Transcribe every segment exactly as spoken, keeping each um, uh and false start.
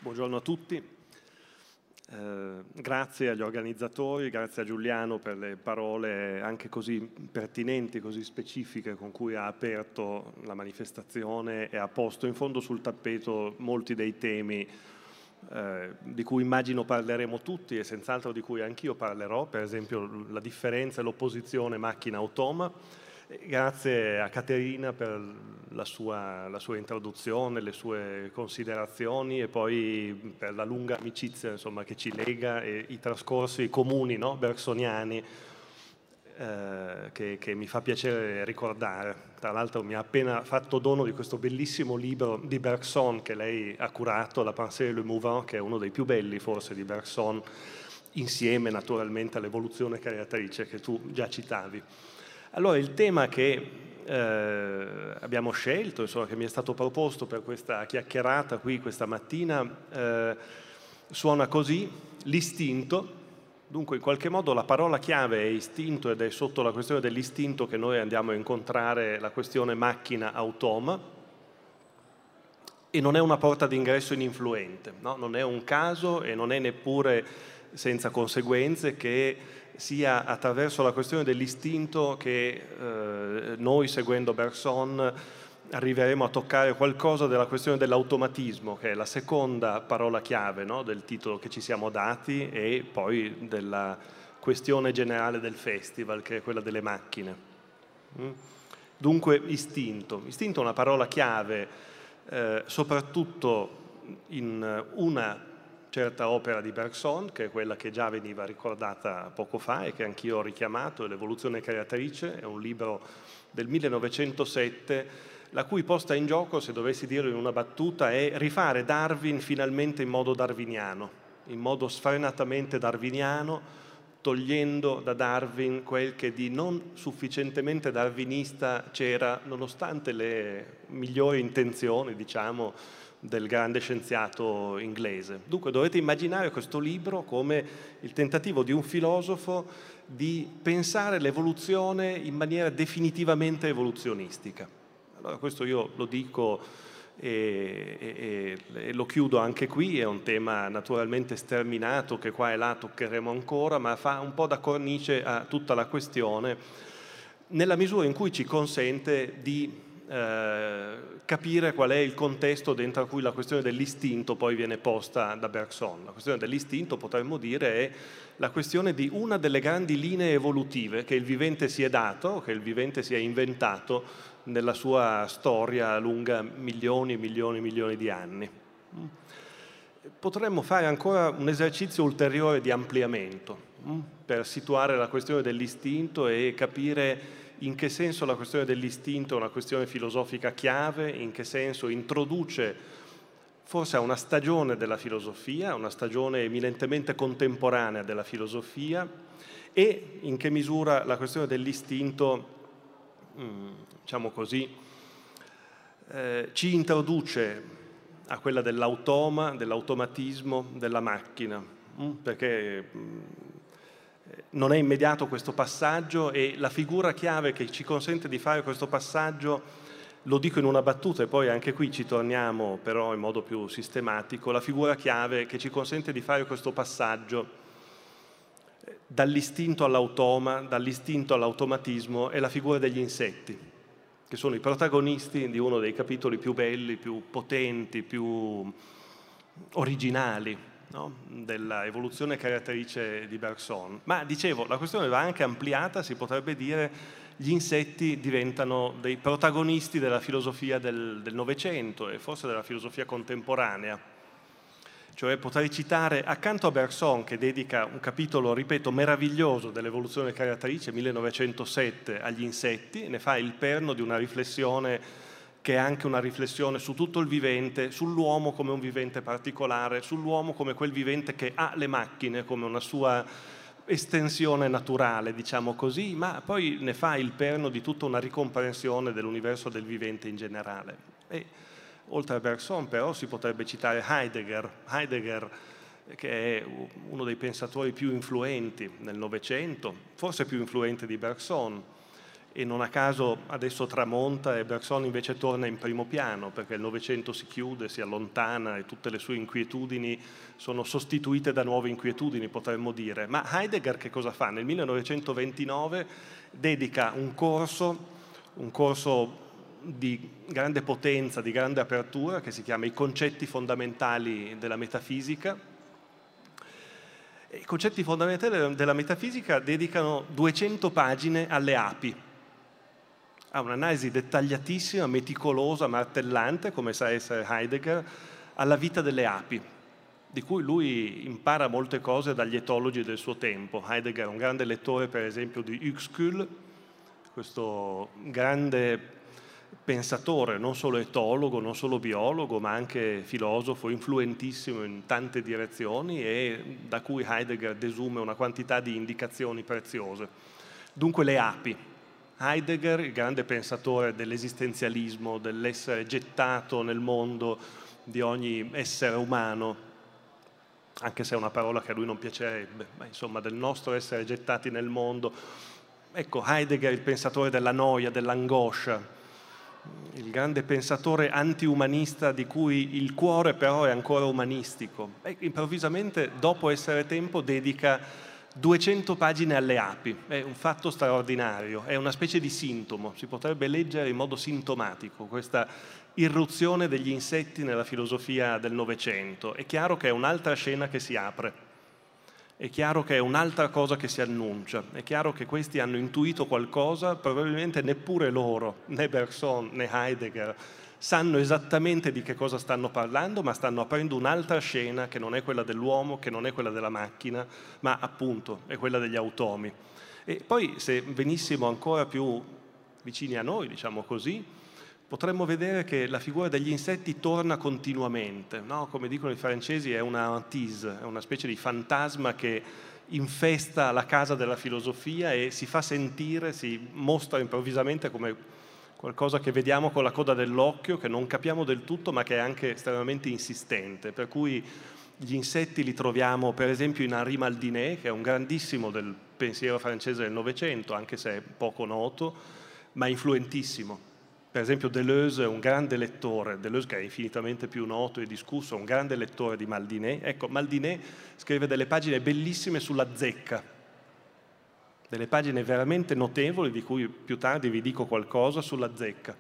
Buongiorno a tutti. Eh, grazie agli organizzatori, grazie a Giuliano per le parole anche così pertinenti, così specifiche con cui ha aperto la manifestazione e ha posto in fondo sul tappeto molti dei temi eh, di cui immagino parleremo tutti e senz'altro di cui anch'io parlerò, per esempio la differenza e l'opposizione macchina-automa. Grazie a Caterina per la sua, la sua introduzione, le sue considerazioni e poi per la lunga amicizia insomma, che ci lega e i trascorsi comuni, no? Bersoniani eh, che, che mi fa piacere ricordare. Tra l'altro mi ha appena fatto dono di questo bellissimo libro di Bergson che lei ha curato, La Pensée et le Mouvement, che è uno dei più belli forse di Bergson, insieme naturalmente all'evoluzione creatrice che tu già citavi. Allora, il tema che eh, abbiamo scelto, insomma, che mi è stato proposto per questa chiacchierata qui questa mattina, eh, suona così: l'istinto. Dunque, in qualche modo la parola chiave è istinto ed è sotto la questione dell'istinto che noi andiamo a incontrare la questione macchina-automa, e non è una porta d'ingresso ininfluente, no? Non è un caso e non è neppure senza conseguenze che sia attraverso la questione dell'istinto che eh, noi, seguendo Bergson, arriveremo a toccare qualcosa della questione dell'automatismo, che è la seconda parola chiave, no, del titolo che ci siamo dati, e poi della questione generale del festival, che è quella delle macchine. Mm? Dunque, istinto. Istinto è una parola chiave, eh, soprattutto in una certa opera di Bergson, che è quella che già veniva ricordata poco fa e che anch'io ho richiamato, L'evoluzione creatrice. È un libro del millenovecentosette, la cui posta in gioco, se dovessi dirlo in una battuta, è rifare Darwin finalmente in modo darwiniano, in modo sfrenatamente darwiniano, togliendo da Darwin quel che di non sufficientemente darwinista c'era, nonostante le migliori intenzioni, diciamo, del grande scienziato inglese. Dunque dovete immaginare questo libro come il tentativo di un filosofo di pensare l'evoluzione in maniera definitivamente evoluzionistica. Allora questo io lo dico e, e, e lo chiudo anche qui, è un tema naturalmente sterminato che qua e là toccheremo ancora, ma fa un po' da cornice a tutta la questione, nella misura in cui ci consente di Eh, capire qual è il contesto dentro cui la questione dell'istinto poi viene posta da Bergson. La questione dell'istinto, potremmo dire, è la questione di una delle grandi linee evolutive che il vivente si è dato, che il vivente si è inventato nella sua storia lunga milioni e milioni e milioni di anni. Potremmo fare ancora un esercizio ulteriore di ampliamento per situare la questione dell'istinto e capire in che senso la questione dell'istinto è una questione filosofica chiave, in che senso introduce forse a una stagione della filosofia, una stagione eminentemente contemporanea della filosofia, e in che misura la questione dell'istinto, diciamo così, eh, ci introduce a quella dell'automa, dell'automatismo, della macchina, perché non è immediato questo passaggio, e la figura chiave che ci consente di fare questo passaggio, lo dico in una battuta e poi anche qui ci torniamo però in modo più sistematico, la figura chiave che ci consente di fare questo passaggio dall'istinto all'automa, dall'istinto all'automatismo, è la figura degli insetti, che sono i protagonisti di uno dei capitoli più belli, più potenti, più originali, no? Della evoluzione creatrice di Bergson. Ma dicevo, la questione va anche ampliata, si potrebbe dire gli insetti diventano dei protagonisti della filosofia del Novecento e forse della filosofia contemporanea. Cioè potrei citare, accanto a Bergson, che dedica un capitolo, ripeto, meraviglioso dell'evoluzione creatrice, millenovecentosette, agli insetti, ne fa il perno di una riflessione che è anche una riflessione su tutto il vivente, sull'uomo come un vivente particolare, sull'uomo come quel vivente che ha le macchine come una sua estensione naturale, diciamo così, ma poi ne fa il perno di tutta una ricomprensione dell'universo del vivente in generale. E oltre a Bergson però si potrebbe citare Heidegger, Heidegger che è uno dei pensatori più influenti nel Novecento, forse più influente di Bergson, e non a caso adesso tramonta e Bergson invece torna in primo piano, perché il Novecento si chiude, si allontana e tutte le sue inquietudini sono sostituite da nuove inquietudini, potremmo dire. Ma Heidegger che cosa fa? Nel millenovecentoventinove dedica un corso, un corso di grande potenza, di grande apertura, che si chiama I concetti fondamentali della metafisica. I concetti fondamentali della metafisica dedicano duecento pagine alle api. Ha un'analisi dettagliatissima, meticolosa, martellante, come sa essere Heidegger, alla vita delle api, di cui lui impara molte cose dagli etologi del suo tempo. Heidegger è un grande lettore, per esempio, di Uexküll, questo grande pensatore, non solo etologo, non solo biologo, ma anche filosofo, influentissimo in tante direzioni e da cui Heidegger desume una quantità di indicazioni preziose. Dunque le api. Heidegger, il grande pensatore dell'esistenzialismo, dell'essere gettato nel mondo di ogni essere umano, anche se è una parola che a lui non piacerebbe, ma insomma del nostro essere gettati nel mondo. Ecco, Heidegger, il pensatore della noia, dell'angoscia, il grande pensatore anti-umanista di cui il cuore però è ancora umanistico. E improvvisamente, dopo Essere Tempo, dedica duecento pagine alle api. È un fatto straordinario, è una specie di sintomo, si potrebbe leggere in modo sintomatico questa irruzione degli insetti nella filosofia del Novecento. È chiaro che è un'altra scena che si apre. È chiaro che è un'altra cosa che si annuncia, è chiaro che questi hanno intuito qualcosa, probabilmente neppure loro, né Bergson né Heidegger, sanno esattamente di che cosa stanno parlando, ma stanno aprendo un'altra scena che non è quella dell'uomo, che non è quella della macchina, ma appunto è quella degli automi. E poi se venissimo ancora più vicini a noi, diciamo così, potremmo vedere che la figura degli insetti torna continuamente, no? Come dicono i francesi è una hantise, è una specie di fantasma che infesta la casa della filosofia e si fa sentire, si mostra improvvisamente come qualcosa che vediamo con la coda dell'occhio, che non capiamo del tutto ma che è anche estremamente insistente, per cui gli insetti li troviamo per esempio in Henri Maldinet, che è un grandissimo del pensiero francese del Novecento, anche se è poco noto, ma influentissimo. Per esempio Deleuze è un grande lettore, Deleuze che è infinitamente più noto e discusso, è un grande lettore di Maldinet. Ecco, Maldinet scrive delle pagine bellissime sulla zecca, delle pagine veramente notevoli di cui più tardi vi dico qualcosa sulla zecca.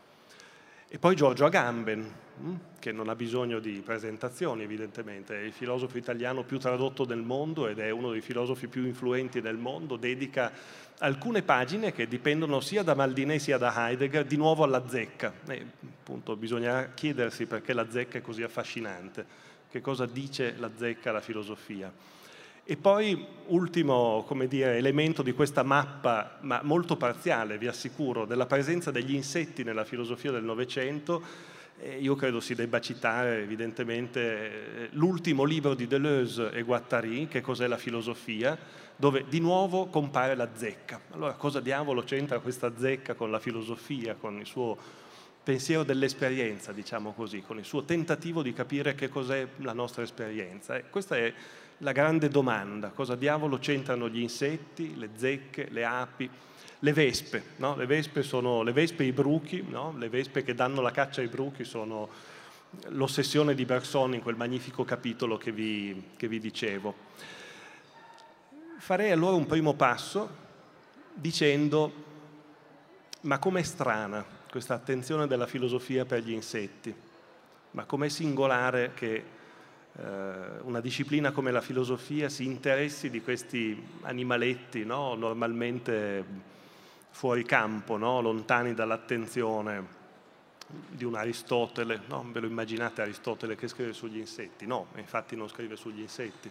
E poi Giorgio Agamben, che non ha bisogno di presentazioni evidentemente, è il filosofo italiano più tradotto del mondo ed è uno dei filosofi più influenti del mondo, dedica alcune pagine che dipendono sia da Maldinet sia da Heidegger di nuovo alla zecca. E, appunto, bisogna chiedersi perché la zecca è così affascinante, che cosa dice la zecca alla filosofia. E poi, ultimo, come dire, elemento di questa mappa, ma molto parziale, vi assicuro, della presenza degli insetti nella filosofia del Novecento, eh, io credo si debba citare evidentemente eh, l'ultimo libro di Deleuze e Guattari, Che cos'è la filosofia, dove di nuovo compare la zecca. Allora, cosa diavolo c'entra questa zecca con la filosofia, con il suo pensiero dell'esperienza, diciamo così, con il suo tentativo di capire che cos'è la nostra esperienza? Eh, questa è la grande domanda: cosa diavolo c'entrano gli insetti, le zecche, le api, le vespe, no? Le vespe sono le vespe e i bruchi, no? Le vespe che danno la caccia ai bruchi sono l'ossessione di Bergson in quel magnifico capitolo che vi, che vi dicevo. Farei allora un primo passo dicendo: ma com'è strana questa attenzione della filosofia per gli insetti, ma com'è singolare che una disciplina come la filosofia si interessi di questi animaletti, no? Normalmente fuori campo, no? Lontani dall'attenzione di un Aristotele, no? Ve lo immaginate Aristotele che scrive sugli insetti? No, infatti non scrive sugli insetti.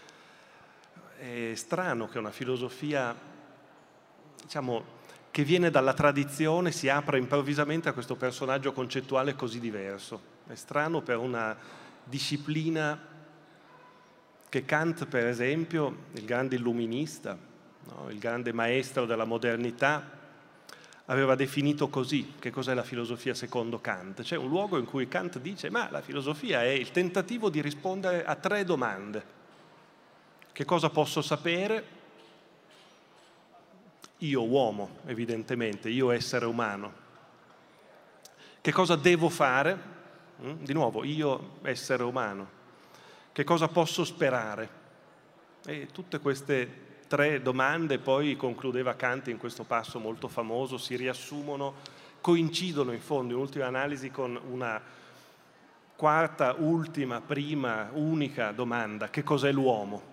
È strano che una filosofia, diciamo, che viene dalla tradizione si apra improvvisamente a questo personaggio concettuale così diverso. È strano per una disciplina che Kant, per esempio, il grande illuminista, no? Il grande maestro della modernità, aveva definito così. Che cos'è la filosofia secondo Kant? C'è un luogo in cui Kant dice: ma la filosofia è il tentativo di rispondere a tre domande. Che cosa posso sapere? io uomo, evidentemente, io essere umano. Che cosa devo fare? Di nuovo, io essere umano. Che cosa posso sperare? E tutte queste tre domande, poi concludeva Kant in questo passo molto famoso, si riassumono, coincidono in fondo, in ultima analisi, con una quarta, ultima, prima, unica domanda: che cos'è l'uomo?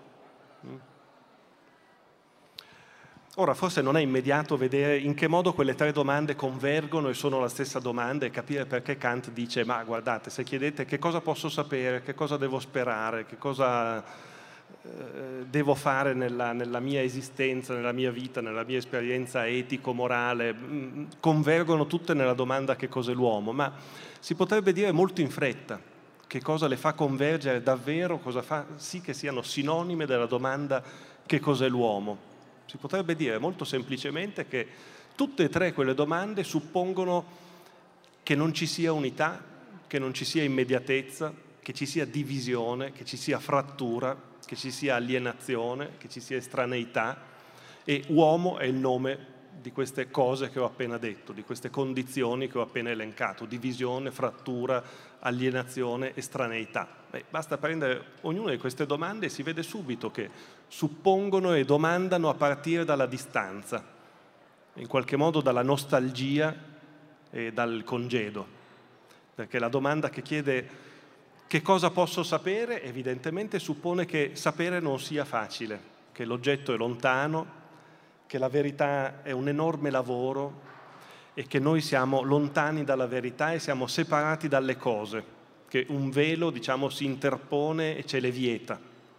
Ora, forse non è immediato vedere in che modo quelle tre domande convergono e sono la stessa domanda, e capire perché Kant dice: ma guardate, se chiedete che cosa posso sapere, che cosa devo sperare, che cosa eh, devo fare nella, nella mia esistenza, nella mia vita, nella mia esperienza etico-morale, mh, convergono tutte nella domanda che cos'è l'uomo, ma si potrebbe dire molto in fretta che cosa le fa convergere davvero, cosa fa sì che siano sinonime della domanda che cos'è l'uomo. Si potrebbe dire molto semplicemente che tutte e tre quelle domande suppongono che non ci sia unità, che non ci sia immediatezza, che ci sia divisione, che ci sia frattura, che ci sia alienazione, che ci sia estraneità, e uomo è il nome di queste cose che ho appena detto, di queste condizioni che ho appena elencato: divisione, frattura, alienazione, estraneità. Beh, basta prendere ognuna di queste domande e si vede subito che suppongono e domandano a partire dalla distanza, in qualche modo dalla nostalgia e dal congedo, perché la domanda che chiede che cosa posso sapere evidentemente suppone che sapere non sia facile, che l'oggetto è lontano, che la verità è un enorme lavoro e che noi siamo lontani dalla verità e siamo separati dalle cose, che un velo, diciamo, si interpone e ce le vieta.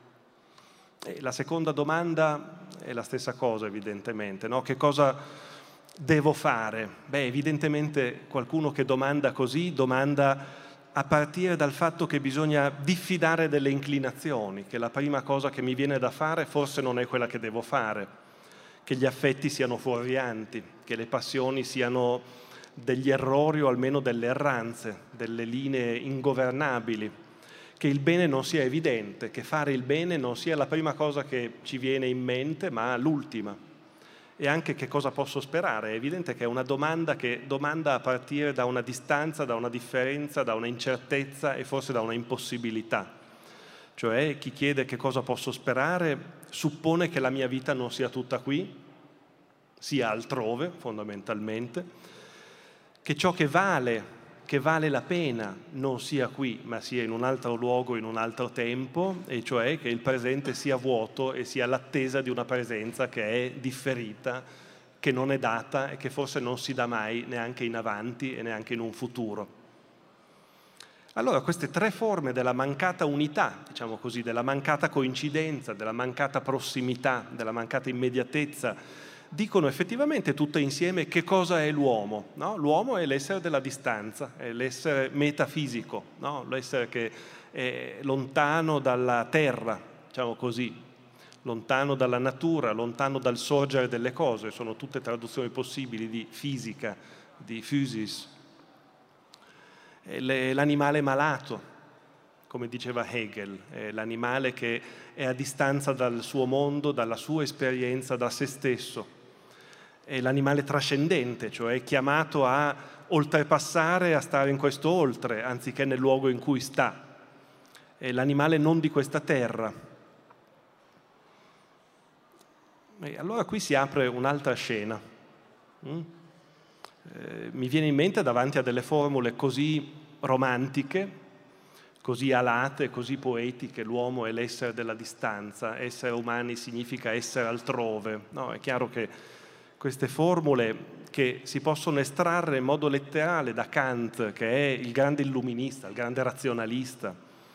E la seconda domanda è la stessa cosa, evidentemente, no? Che cosa devo fare? Beh, evidentemente qualcuno che domanda così domanda a partire dal fatto che bisogna diffidare delle inclinazioni, che la prima cosa che mi viene da fare forse non è quella che devo fare, che gli affetti siano fuorvianti, che le passioni siano degli errori o almeno delle erranze, delle linee ingovernabili, che il bene non sia evidente, che fare il bene non sia la prima cosa che ci viene in mente, ma l'ultima. E anche che cosa posso sperare. È evidente che è una domanda che domanda a partire da una distanza, da una differenza, da una incertezza e forse da una impossibilità. Cioè, chi chiede che cosa posso sperare suppone che la mia vita non sia tutta qui, sia altrove, fondamentalmente, che ciò che vale, che vale la pena non sia qui, ma sia in un altro luogo, in un altro tempo, e cioè che il presente sia vuoto e sia l'attesa di una presenza che è differita, che non è data e che forse non si dà mai neanche in avanti e neanche in un futuro. Allora, queste tre forme della mancata unità, diciamo così, della mancata coincidenza, della mancata prossimità, della mancata immediatezza, dicono effettivamente tutte insieme che cosa è l'uomo, no? L'uomo è l'essere della distanza, è l'essere metafisico, no? L'essere che è lontano dalla terra, diciamo così, lontano dalla natura, lontano dal sorgere delle cose. Sono tutte traduzioni possibili di fisica, di physis. L'animale malato, come diceva Hegel, è l'animale che è a distanza dal suo mondo, dalla sua esperienza, da se stesso. È l'animale trascendente, cioè è chiamato a oltrepassare, a stare in questo oltre, anziché nel luogo in cui sta. È l'animale non di questa terra. E allora qui si apre un'altra scena. Mm? Eh, mi viene in mente, davanti a delle formule così romantiche, così alate, così poetiche: l'uomo è l'essere della distanza, essere umani significa essere altrove. No, è chiaro che queste formule, che si possono estrarre in modo letterale da Kant, che è il grande illuminista, il grande razionalista,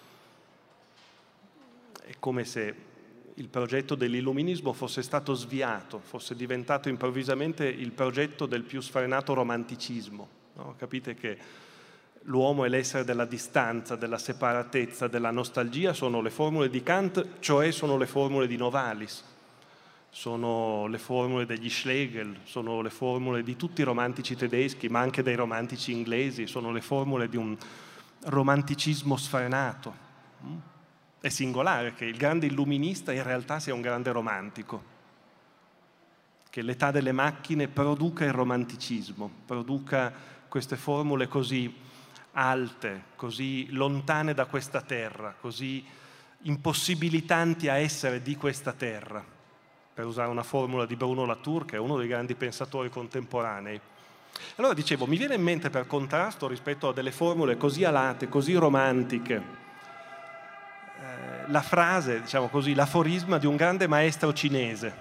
è come se il progetto dell'illuminismo fosse stato sviato, fosse diventato improvvisamente il progetto del più sfrenato romanticismo. No? Capite che l'uomo è l'essere della distanza, della separatezza, della nostalgia, sono le formule di Kant, cioè sono le formule di Novalis, sono le formule degli Schlegel, sono le formule di tutti i romantici tedeschi, ma anche dei romantici inglesi, sono le formule di un romanticismo sfrenato. È singolare che il grande illuminista in realtà sia un grande romantico, che l'età delle macchine produca il romanticismo, produca queste formule così alte, così lontane da questa terra, così impossibilitanti a essere di questa terra, per usare una formula di Bruno Latour, che è uno dei grandi pensatori contemporanei. Allora dicevo, mi viene in mente per contrasto rispetto a delle formule così alate, così romantiche, eh, la frase, diciamo così, l'aforisma di un grande maestro cinese,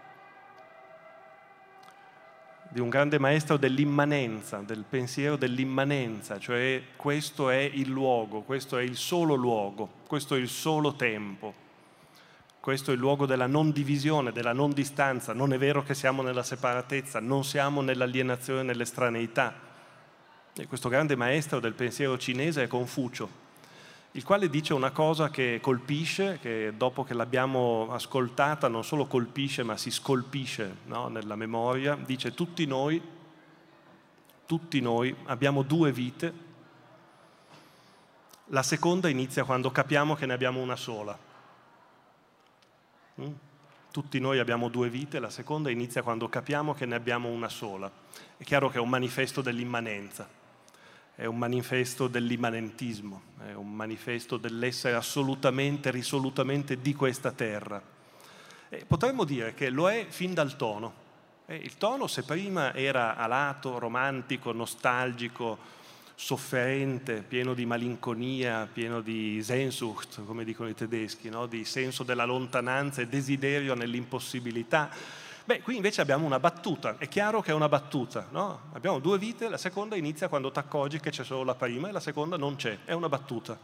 di un grande maestro dell'immanenza, del pensiero dell'immanenza, cioè questo è il luogo, questo è il solo luogo, questo è il solo tempo, questo è il luogo della non divisione, della non distanza. Non è vero che siamo nella separatezza, non siamo nell'alienazione, nell'estraneità. E questo grande maestro del pensiero cinese è Confucio, il quale dice una cosa che colpisce, che dopo che l'abbiamo ascoltata non solo colpisce ma si scolpisce, no, nella memoria. Dice: tutti noi, tutti noi abbiamo due vite, la seconda inizia quando capiamo che ne abbiamo una sola. Mm? Tutti noi abbiamo due vite, la seconda inizia quando capiamo che ne abbiamo una sola. È chiaro che è un manifesto dell'immanenza. È un manifesto dell'immanentismo, è un manifesto dell'essere assolutamente, risolutamente di questa terra. E potremmo dire che lo è fin dal tono. E il tono, se prima era alato, romantico, nostalgico, sofferente, pieno di malinconia, pieno di Sehnsucht, come dicono i tedeschi, no? Di senso della lontananza e desiderio nell'impossibilità, beh, qui invece abbiamo una battuta. È chiaro che è una battuta, no? Abbiamo due vite, la seconda inizia quando ti accorgi che c'è solo la prima e la seconda non c'è, è una battuta.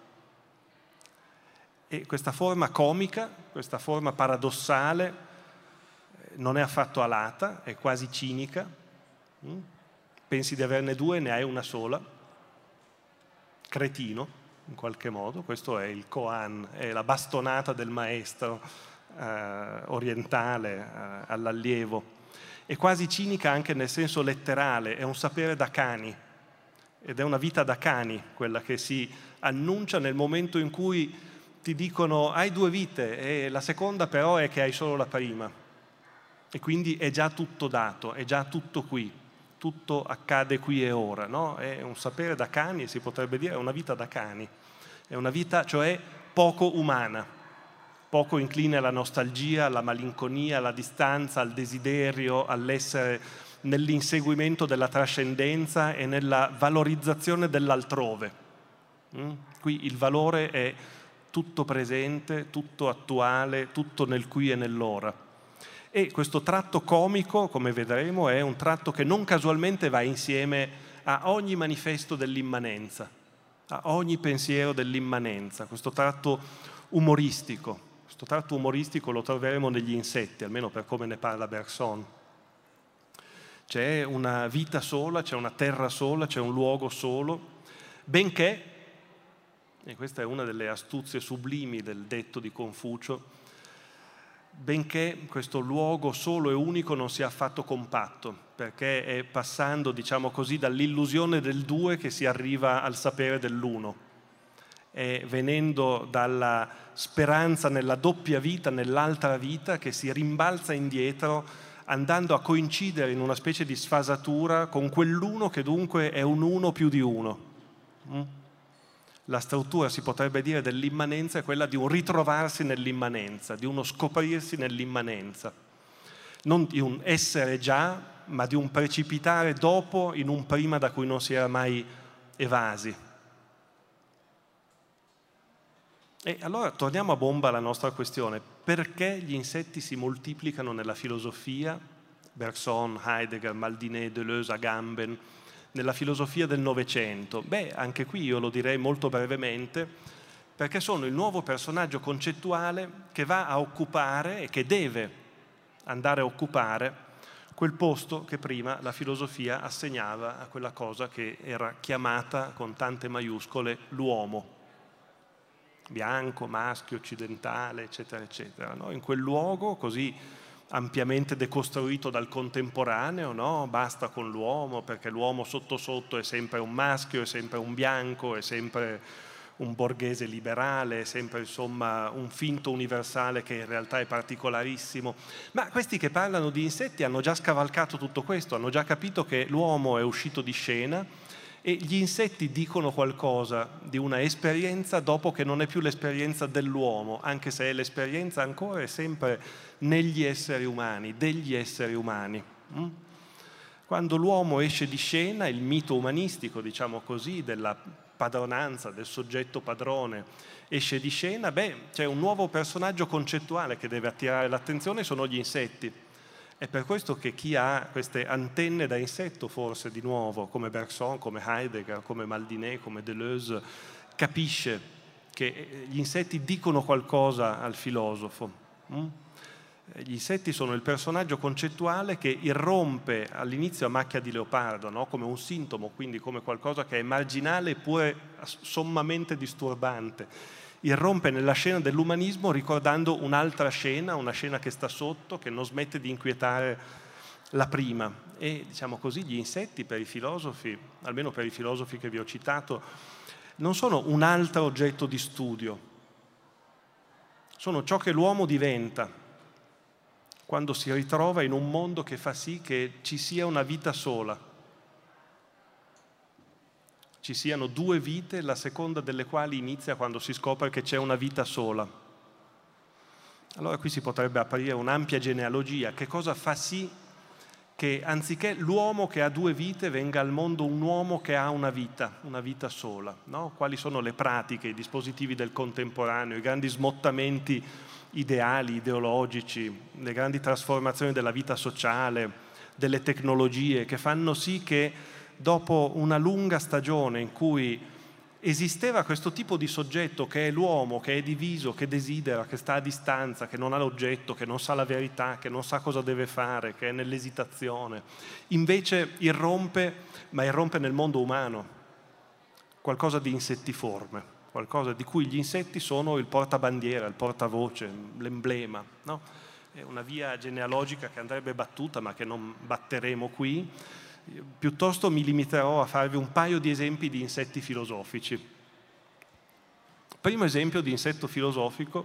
E questa forma comica, questa forma paradossale non è affatto alata, è quasi cinica. Pensi di averne due, ne hai una sola. Cretino, in qualche modo. Questo è il koan, è la bastonata del maestro Eh, orientale eh, all'allievo. È quasi cinica anche nel senso letterale, è un sapere da cani, ed è una vita da cani quella che si annuncia nel momento in cui ti dicono hai due vite e la seconda però è che hai solo la prima, e quindi è già tutto dato, è già tutto qui, tutto accade qui e ora, no? È un sapere da cani, si potrebbe dire, è una vita da cani, è una vita cioè poco umana, poco incline alla nostalgia, alla malinconia, alla distanza, al desiderio, all'essere nell'inseguimento della trascendenza e nella valorizzazione dell'altrove. Mm? Qui il valore è tutto presente, tutto attuale, tutto nel qui e nell'ora. E questo tratto comico, come vedremo, è un tratto che non casualmente va insieme a ogni manifesto dell'immanenza, a ogni pensiero dell'immanenza, questo tratto umoristico. Questo tratto umoristico lo troveremo negli insetti, almeno per come ne parla Bergson. C'è una vita sola, c'è una terra sola, c'è un luogo solo, benché, e questa è una delle astuzie sublimi del detto di Confucio, benché questo luogo solo e unico non sia affatto compatto, perché è passando, diciamo così, dall'illusione del due che si arriva al sapere dell'uno. È venendo dalla speranza nella doppia vita, nell'altra vita, che si rimbalza indietro, andando a coincidere in una specie di sfasatura con quell'uno che dunque è un uno più di uno. La struttura, si potrebbe dire, dell'immanenza è quella di un ritrovarsi nell'immanenza, di uno scoprirsi nell'immanenza. Non di un essere già, ma di un precipitare dopo in un prima da cui non si era mai evasi. E allora torniamo a bomba alla nostra questione. Perché gli insetti si moltiplicano nella filosofia? Bergson, Heidegger, Maldinet, Deleuze, Agamben, nella filosofia del Novecento? Beh, anche qui io lo direi molto brevemente, perché sono il nuovo personaggio concettuale che va a occupare e che deve andare a occupare quel posto che prima la filosofia assegnava a quella cosa che era chiamata con tante maiuscole l'uomo. Bianco, maschio, occidentale, eccetera, eccetera, no? In quel luogo così ampiamente decostruito dal contemporaneo, no? Basta con l'uomo, perché l'uomo sotto sotto è sempre un maschio, è sempre un bianco, è sempre un borghese liberale, sempre insomma un finto universale che in realtà è particolarissimo. Ma questi che parlano di insetti hanno già scavalcato tutto questo, hanno già capito che l'uomo è uscito di scena e gli insetti dicono qualcosa di una esperienza dopo che non è più l'esperienza dell'uomo, anche se l'esperienza ancora è sempre negli esseri umani, degli esseri umani. Quando l'uomo esce di scena, il mito umanistico, diciamo così, della padronanza, del soggetto padrone, esce di scena, beh, c'è un nuovo personaggio concettuale che deve attirare l'attenzione, sono gli insetti. È per questo che chi ha queste antenne da insetto, forse di nuovo, come Bergson, come Heidegger, come Maldinet, come Deleuze, capisce che gli insetti dicono qualcosa al filosofo. Gli insetti sono il personaggio concettuale che irrompe all'inizio a macchia di leopardo, no? Come un sintomo, quindi come qualcosa che è marginale eppure sommamente disturbante. Irrompe nella scena dell'umanismo ricordando un'altra scena, una scena che sta sotto, che non smette di inquietare la prima. E diciamo così gli insetti per i filosofi, almeno per i filosofi che vi ho citato, non sono un altro oggetto di studio, sono ciò che l'uomo diventa quando si ritrova in un mondo che fa sì che ci sia una vita sola. Ci siano due vite, la seconda delle quali inizia quando si scopre che c'è una vita sola. Allora qui si potrebbe aprire un'ampia genealogia. Che cosa fa sì che anziché l'uomo che ha due vite venga al mondo un uomo che ha una vita, una vita sola, no? Quali sono le pratiche, i dispositivi del contemporaneo, i grandi smottamenti ideali, ideologici, le grandi trasformazioni della vita sociale, delle tecnologie che fanno sì che dopo una lunga stagione in cui esisteva questo tipo di soggetto che è l'uomo, che è diviso, che desidera, che sta a distanza, che non ha l'oggetto, che non sa la verità, che non sa cosa deve fare, che è nell'esitazione, invece irrompe, ma irrompe nel mondo umano, qualcosa di insettiforme, qualcosa di cui gli insetti sono il portabandiera, il portavoce, l'emblema, no? È una via genealogica che andrebbe battuta, ma che non batteremo qui. Piuttosto mi limiterò a farvi un paio di esempi di insetti filosofici. Primo esempio di insetto filosofico,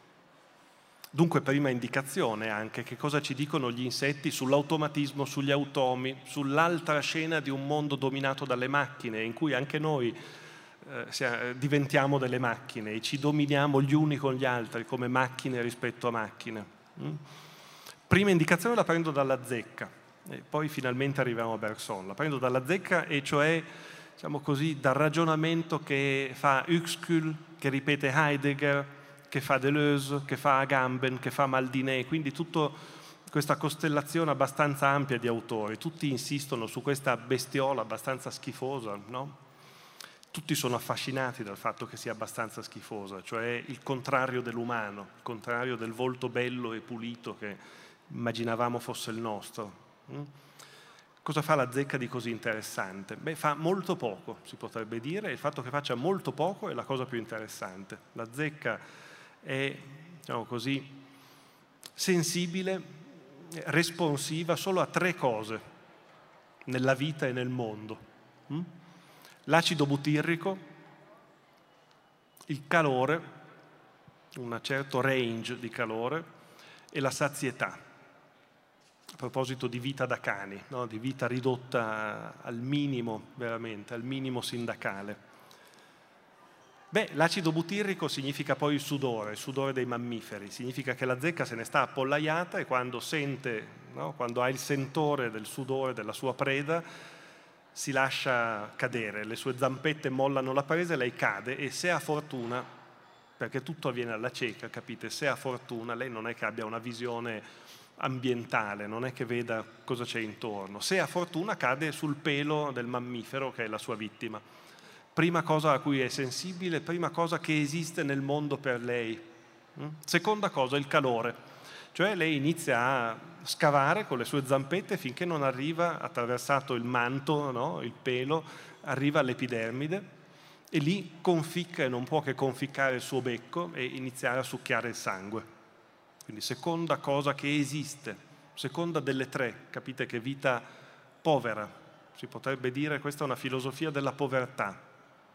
dunque prima indicazione anche, che cosa ci dicono gli insetti sull'automatismo, sugli automi, sull'altra scena di un mondo dominato dalle macchine, in cui anche noi eh, diventiamo delle macchine e ci dominiamo gli uni con gli altri come macchine rispetto a macchine. Mm? Prima indicazione la prendo dalla Zecca. E poi finalmente arriviamo a Bergson. La prendo dalla Zecca, e cioè, diciamo così, dal ragionamento che fa Uexküll, che ripete Heidegger, che fa Deleuze, che fa Agamben, che fa Maldinet, quindi tutta questa costellazione abbastanza ampia di autori. Tutti insistono su questa bestiola abbastanza schifosa, no? Tutti sono affascinati dal fatto che sia abbastanza schifosa, cioè il contrario dell'umano, il contrario del volto bello e pulito che immaginavamo fosse il nostro. Cosa fa la Zecca di così interessante? Beh, fa molto poco, si potrebbe dire, e il fatto che faccia molto poco è la cosa più interessante. La Zecca è, diciamo così, sensibile, responsiva solo a tre cose nella vita e nel mondo. L'acido butirrico, il calore, un certo range di calore, e la sazietà. A proposito di vita da cani, no? Di vita ridotta al minimo, veramente, al minimo sindacale. Beh, l'acido butirrico significa poi il sudore, il sudore dei mammiferi. Significa che la zecca se ne sta appollaiata e quando sente, no? Quando ha il sentore del sudore della sua preda, si lascia cadere, le sue zampette mollano la presa e lei cade, e se ha fortuna, perché tutto avviene alla cieca, capite? Se ha fortuna, lei non è che abbia una visione ambientale, non è che veda cosa c'è intorno. Se ha fortuna cade sul pelo del mammifero che è la sua vittima. Prima cosa a cui è sensibile, prima cosa che esiste nel mondo per lei. Seconda cosa, il calore. Cioè lei inizia a scavare con le sue zampette finché non arriva, attraversato il manto, no? Il pelo, arriva all'epidermide, e lì conficca, e non può che conficcare il suo becco e iniziare a succhiare il sangue. Quindi seconda cosa che esiste, seconda delle tre, capite che vita povera, si potrebbe dire, questa è una filosofia della povertà.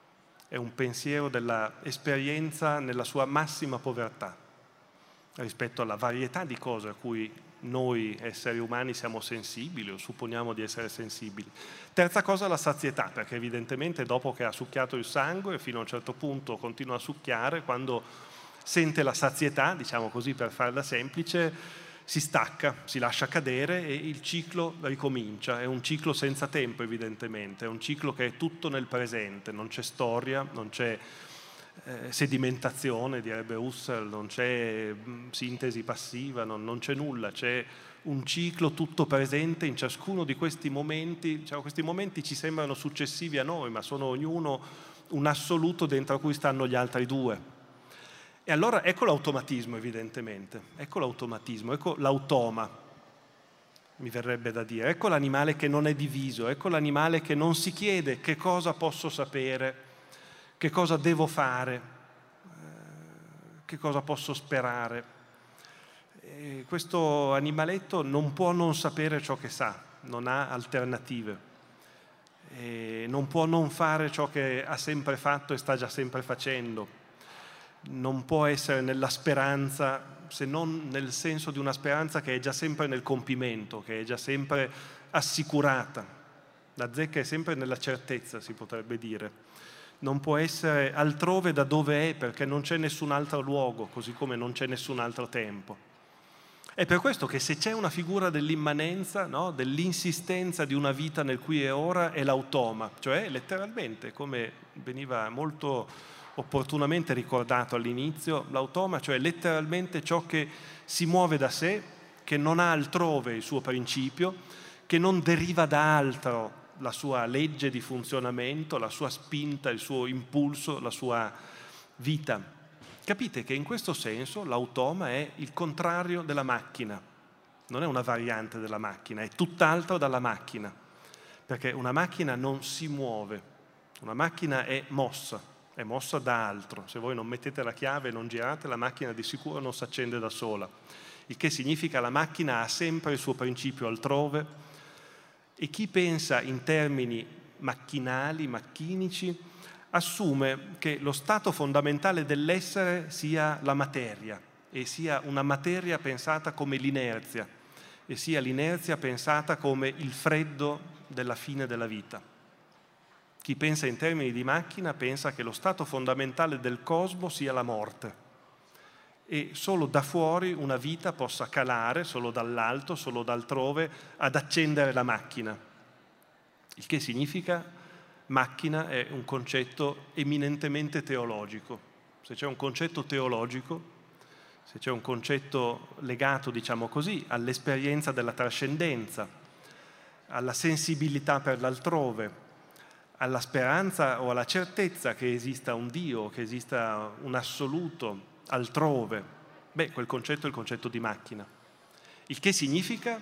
è un pensiero dell'esperienza nella sua massima povertà rispetto alla varietà di cose a cui noi esseri umani siamo sensibili o supponiamo di essere sensibili. Terza cosa, la sazietà, perché evidentemente dopo che ha succhiato il sangue fino a un certo punto continua a succhiare, quando sente la sazietà, diciamo così per farla semplice, si stacca, si lascia cadere e il ciclo ricomincia. È un ciclo senza tempo evidentemente, è un ciclo che è tutto nel presente, non c'è storia, non c'è eh, sedimentazione, direbbe Husserl, non c'è mh, sintesi passiva, non, non c'è nulla, c'è un ciclo tutto presente in ciascuno di questi momenti. Diciamo, questi momenti ci sembrano successivi a noi, ma sono ognuno un assoluto dentro cui stanno gli altri due. E allora ecco l'automatismo evidentemente, ecco l'automatismo, ecco l'automa, mi verrebbe da dire, ecco l'animale che non è diviso, ecco l'animale che non si chiede che cosa posso sapere, che cosa devo fare, che cosa posso sperare. E questo animaletto non può non sapere ciò che sa, non ha alternative, e non può non fare ciò che ha sempre fatto e sta già sempre facendo. Non può essere nella speranza, se non nel senso di una speranza che è già sempre nel compimento, che è già sempre assicurata. La zecca è sempre nella certezza, si potrebbe dire. Non può essere altrove da dove è, perché non c'è nessun altro luogo, così come non c'è nessun altro tempo. È per questo che se c'è una figura dell'immanenza, no, dell'insistenza di una vita nel qui e ora, è l'automa, cioè letteralmente, come veniva molto opportunamente ricordato all'inizio, l'automa, cioè letteralmente ciò che si muove da sé, che non ha altrove il suo principio, che non deriva da altro la sua legge di funzionamento, la sua spinta, il suo impulso, la sua vita. Capite che in questo senso l'automa è il contrario della macchina, non è una variante della macchina, è tutt'altro dalla macchina, perché una macchina non si muove, una macchina è mossa. È mossa da altro. Se voi non mettete la chiave e non girate, la macchina di sicuro non si accende da sola. Il che significa che la macchina ha sempre il suo principio altrove e chi pensa in termini macchinali, macchinici, assume che lo stato fondamentale dell'essere sia la materia e sia una materia pensata come l'inerzia e sia l'inerzia pensata come il freddo della fine della vita. Chi pensa in termini di macchina pensa che lo stato fondamentale del cosmo sia la morte e solo da fuori una vita possa calare, solo dall'alto, solo d'altrove, ad accendere la macchina. Il che significa macchina è un concetto eminentemente teologico. Se c'è un concetto teologico, se c'è un concetto legato, diciamo così, all'esperienza della trascendenza, alla sensibilità per l'altrove, alla speranza o alla certezza che esista un Dio, che esista un assoluto altrove, beh, quel concetto è il concetto di macchina. Il che significa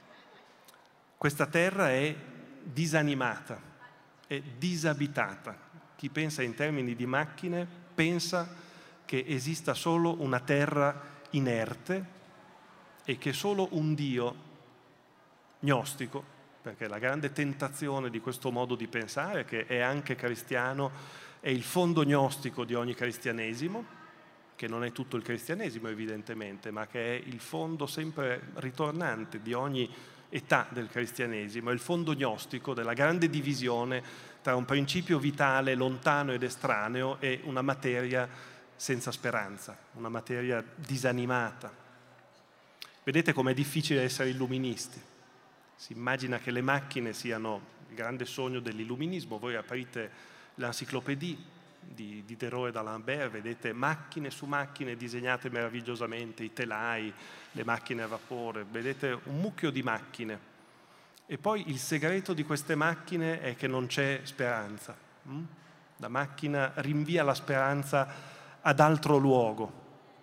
questa terra è disanimata, è disabitata. Chi pensa in termini di macchine pensa che esista solo una terra inerte e che solo un Dio gnostico, perché la grande tentazione di questo modo di pensare, che è anche cristiano, è il fondo gnostico di ogni cristianesimo, che non è tutto il cristianesimo evidentemente, ma che è il fondo sempre ritornante di ogni età del cristianesimo, è il fondo gnostico della grande divisione tra un principio vitale lontano ed estraneo e una materia senza speranza, una materia disanimata. Vedete com'è difficile essere illuministi. Si immagina che le macchine siano il grande sogno dell'illuminismo. Voi aprite l'Encyclopédie di Diderot e d'Alembert, vedete macchine su macchine disegnate meravigliosamente, i telai, le macchine a vapore, vedete un mucchio di macchine. E poi il segreto di queste macchine è che non c'è speranza. La macchina rinvia la speranza ad altro luogo.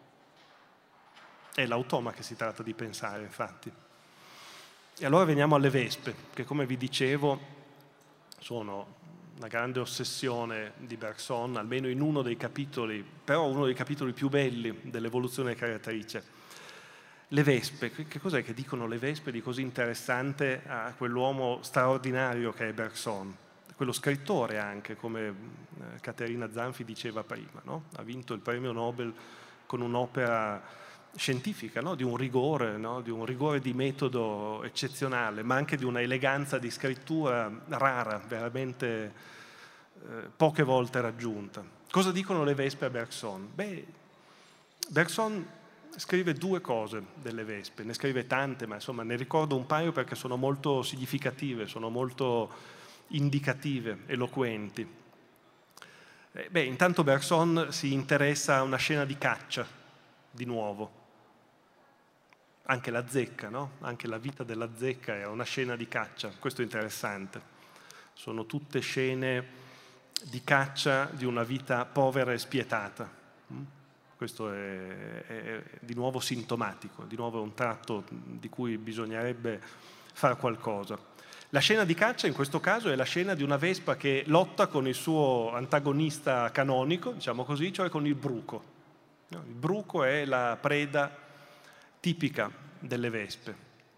È l'automa che si tratta di pensare, infatti. E allora veniamo alle vespe, che come vi dicevo sono una grande ossessione di Bergson, almeno in uno dei capitoli, però uno dei capitoli più belli dell'evoluzione creatrice. Le vespe, che cos'è che dicono le vespe di così interessante a quell'uomo straordinario che è Bergson? quello scrittore anche, come eh, Caterina Zanfi diceva prima, no? Ha vinto il premio Nobel con un'opera scientifica, no? Di un rigore, no? Di un rigore di metodo eccezionale, ma anche di una eleganza di scrittura rara, veramente eh, poche volte raggiunta. Cosa dicono le vespe a Bergson? Beh, Bergson scrive due cose delle vespe, ne scrive tante, ma insomma ne ricordo un paio perché sono molto significative, sono molto indicative, eloquenti. Eh, beh, intanto Bergson si interessa a una scena di caccia, di nuovo. Anche la zecca, no? Anche la vita della zecca è una scena di caccia, questo è interessante. Sono tutte scene di caccia di una vita povera e spietata. Questo è, è di nuovo sintomatico, di nuovo è un tratto di cui bisognerebbe fare qualcosa. La scena di caccia in questo caso è la scena di una vespa che lotta con il suo antagonista canonico, diciamo così, cioè con il bruco. Il bruco è la preda tipica delle vespe,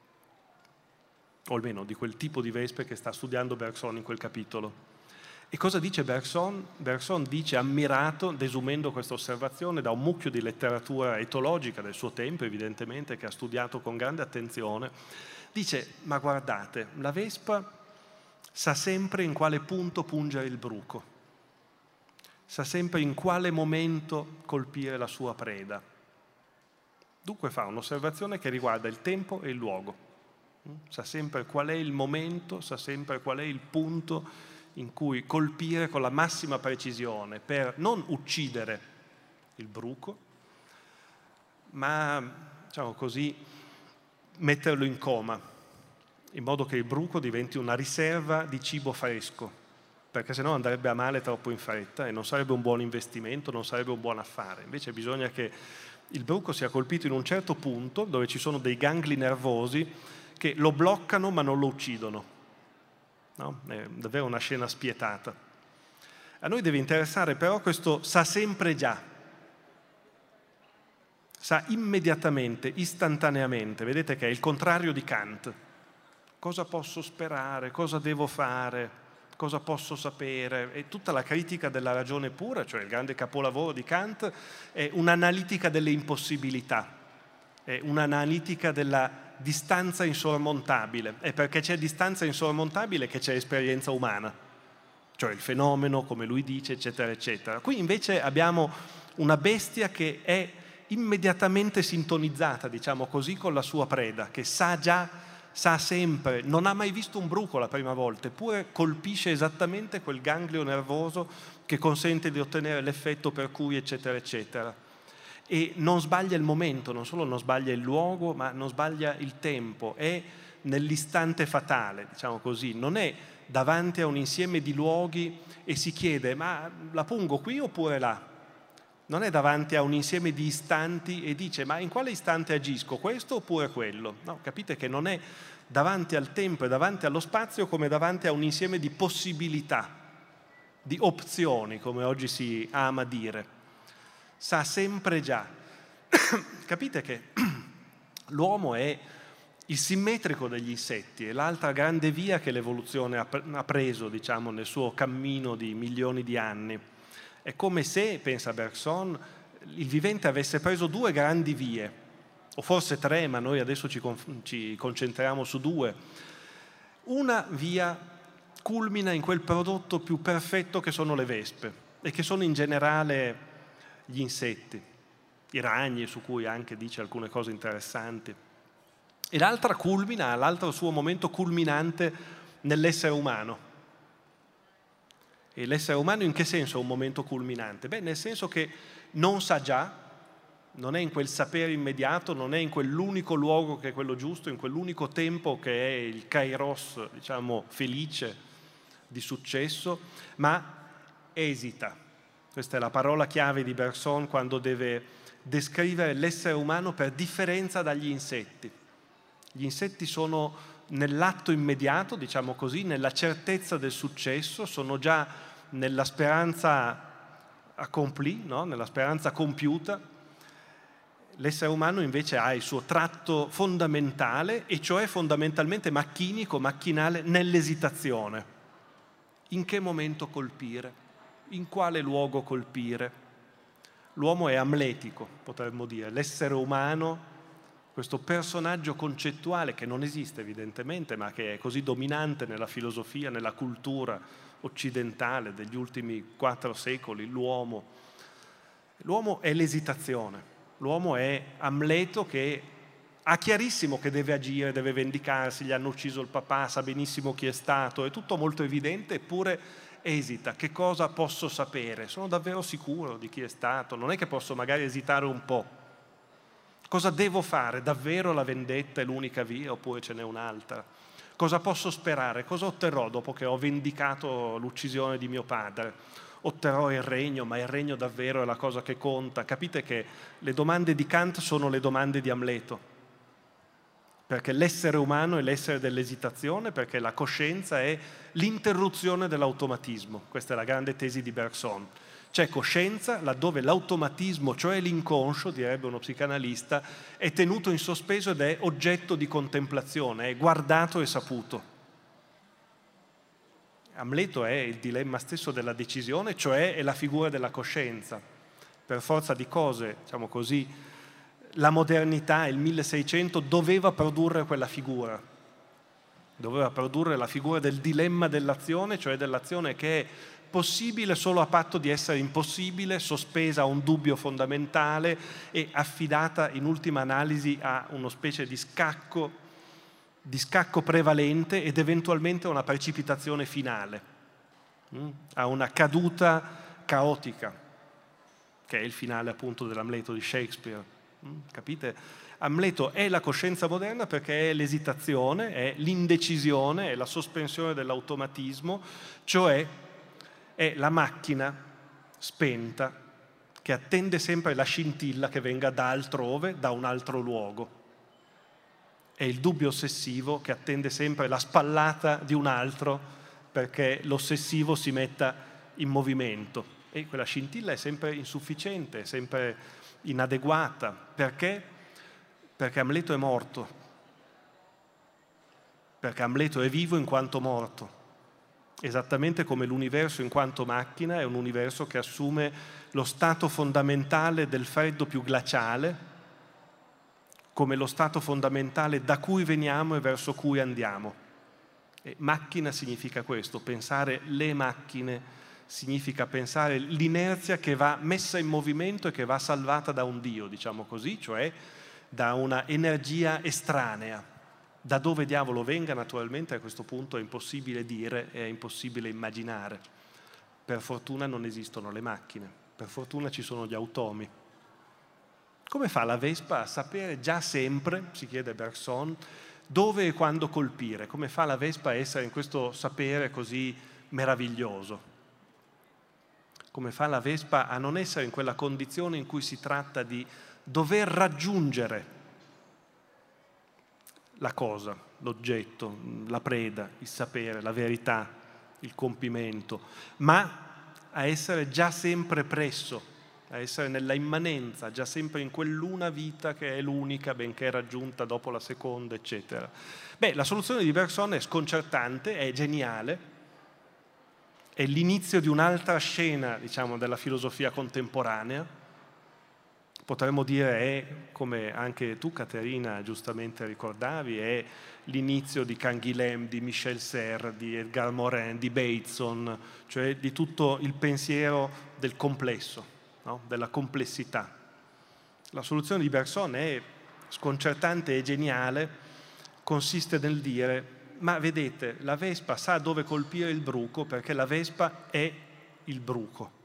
o almeno di quel tipo di vespe che sta studiando Bergson in quel capitolo. E cosa dice Bergson? Bergson dice, ammirato, desumendo questa osservazione da un mucchio di letteratura etologica del suo tempo, evidentemente, che ha studiato con grande attenzione, dice, ma guardate, la vespa sa sempre in quale punto pungere il bruco, sa sempre in quale momento colpire la sua preda. Dunque fa un'osservazione che riguarda il tempo e il luogo. Sa sempre qual è il momento, sa sempre qual è il punto in cui colpire con la massima precisione per non uccidere il bruco, ma, diciamo così, metterlo in coma, in modo che il bruco diventi una riserva di cibo fresco, perché sennò andrebbe a male troppo in fretta e non sarebbe un buon investimento, non sarebbe un buon affare. Invece bisogna che il bruco sia colpito in un certo punto dove ci sono dei gangli nervosi che lo bloccano ma non lo uccidono. No? È davvero una scena spietata. A noi deve interessare però questo sa sempre già, sa immediatamente, istantaneamente. Vedete che è il contrario di Kant. Cosa posso sperare? Cosa devo fare? Cosa posso sapere? E tutta la critica della ragione pura, cioè il grande capolavoro di Kant, è un'analitica delle impossibilità, è un'analitica della distanza insormontabile. È perché c'è distanza insormontabile che c'è esperienza umana, cioè il fenomeno, come lui dice, eccetera, eccetera. Qui invece abbiamo una bestia che è immediatamente sintonizzata, diciamo così, con la sua preda, che sa già, sa sempre, non ha mai visto un bruco la prima volta, eppure colpisce esattamente quel ganglio nervoso che consente di ottenere l'effetto per cui, eccetera, eccetera. E non sbaglia il momento, non solo non sbaglia il luogo, ma non sbaglia il tempo, è nell'istante fatale, diciamo così, non è davanti a un insieme di luoghi e si chiede ma la pungo qui oppure là? Non è davanti a un insieme di istanti e dice ma in quale istante agisco, questo oppure quello? No, capite che non è davanti al tempo e davanti allo spazio come davanti a un insieme di possibilità, di opzioni, come oggi si ama dire. Sa sempre già. Capite che l'uomo è il simmetrico degli insetti, è l'altra grande via che l'evoluzione ha preso, diciamo, nel suo cammino di milioni di anni. È come se, pensa Bergson, il vivente avesse preso due grandi vie, o forse tre, ma noi adesso ci, con- ci concentriamo su due. Una via culmina in quel prodotto più perfetto che sono le vespe e che sono in generale gli insetti, i ragni, su cui anche dice alcune cose interessanti. E l'altra culmina, l'altro suo momento culminante nell'essere umano. E l'essere umano in che senso è un momento culminante? Beh, nel senso che non sa già, non è in quel sapere immediato, non è in quell'unico luogo che è quello giusto, in quell'unico tempo che è il kairos, diciamo, felice, di successo, ma esita. Questa è la parola chiave di Bergson quando deve descrivere l'essere umano per differenza dagli insetti. Gli insetti sono nell'atto immediato, diciamo così, nella certezza del successo, sono già nella speranza accompli, no? Nella speranza compiuta. L'essere umano invece ha il suo tratto fondamentale, e cioè fondamentalmente macchinico, macchinale, nell'esitazione. In che momento colpire? In quale luogo colpire? L'uomo è amletico, potremmo dire, l'essere umano, questo personaggio concettuale che non esiste evidentemente, ma che è così dominante nella filosofia, nella cultura occidentale degli ultimi quattro secoli, l'uomo. L'uomo è l'esitazione, l'uomo è Amleto che ha chiarissimo che deve agire, deve vendicarsi, gli hanno ucciso il papà, sa benissimo chi è stato, è tutto molto evidente, eppure esita. Che cosa posso sapere? Sono davvero sicuro di chi è stato? Non è che posso magari esitare un po'. Cosa devo fare? Davvero la vendetta è l'unica via oppure ce n'è un'altra? Cosa posso sperare? Cosa otterrò dopo che ho vendicato l'uccisione di mio padre? Otterrò il regno, ma il regno davvero è la cosa che conta. Capite che le domande di Kant sono le domande di Amleto. Perché l'essere umano è l'essere dell'esitazione, perché la coscienza è l'interruzione dell'automatismo. Questa è la grande tesi di Bergson. C'è coscienza laddove l'automatismo, cioè l'inconscio, direbbe uno psicanalista, è tenuto in sospeso ed è oggetto di contemplazione, è guardato e saputo. Amleto è il dilemma stesso della decisione, cioè è la figura della coscienza. Per forza di cose, diciamo così, la modernità, il milleseicento, doveva produrre quella figura. Doveva produrre la figura del dilemma dell'azione, cioè dell'azione che è possibile solo a patto di essere impossibile, sospesa a un dubbio fondamentale e affidata in ultima analisi a una specie di scacco, di scacco prevalente ed eventualmente a una precipitazione finale, a una caduta caotica, che è il finale appunto dell'Amleto di Shakespeare. Capite? Amleto è la coscienza moderna perché è l'esitazione, è l'indecisione, è la sospensione dell'automatismo, cioè è la macchina spenta che attende sempre la scintilla che venga da altrove, da un altro luogo. È il dubbio ossessivo che attende sempre la spallata di un altro perché l'ossessivo si metta in movimento. E quella scintilla è sempre insufficiente, è sempre inadeguata. Perché? Perché Amleto è morto. Perché Amleto è vivo in quanto morto. Esattamente come l'universo in quanto macchina è un universo che assume lo stato fondamentale del freddo più glaciale, come lo stato fondamentale da cui veniamo e verso cui andiamo. E macchina significa questo, pensare le macchine significa pensare l'inerzia che va messa in movimento e che va salvata da un Dio, diciamo così, cioè da una energia estranea. Da dove diavolo venga, naturalmente, a questo punto è impossibile dire, è impossibile immaginare. Per fortuna non esistono le macchine, per fortuna ci sono gli automi. Come fa la Vespa a sapere già sempre, si chiede Bergson, dove e quando colpire? Come fa la Vespa a essere in questo sapere così meraviglioso? Come fa la Vespa a non essere in quella condizione in cui si tratta di dover raggiungere la cosa, l'oggetto, la preda, il sapere, la verità, il compimento, ma a essere già sempre presso, a essere nella immanenza, già sempre in quell'una vita che è l'unica, benché raggiunta dopo la seconda, eccetera. Beh, la soluzione di Bergson è sconcertante, è geniale, è l'inizio di un'altra scena, diciamo, della filosofia contemporanea. Potremmo dire è, come anche tu Caterina giustamente ricordavi, è l'inizio di Canguilhem, di Michel Serres, di Edgar Morin, di Bateson, cioè di tutto il pensiero del complesso, no? Della complessità. La soluzione di Bergson è sconcertante e geniale, consiste nel dire: ma vedete, la Vespa sa dove colpire il bruco perché la Vespa è il bruco.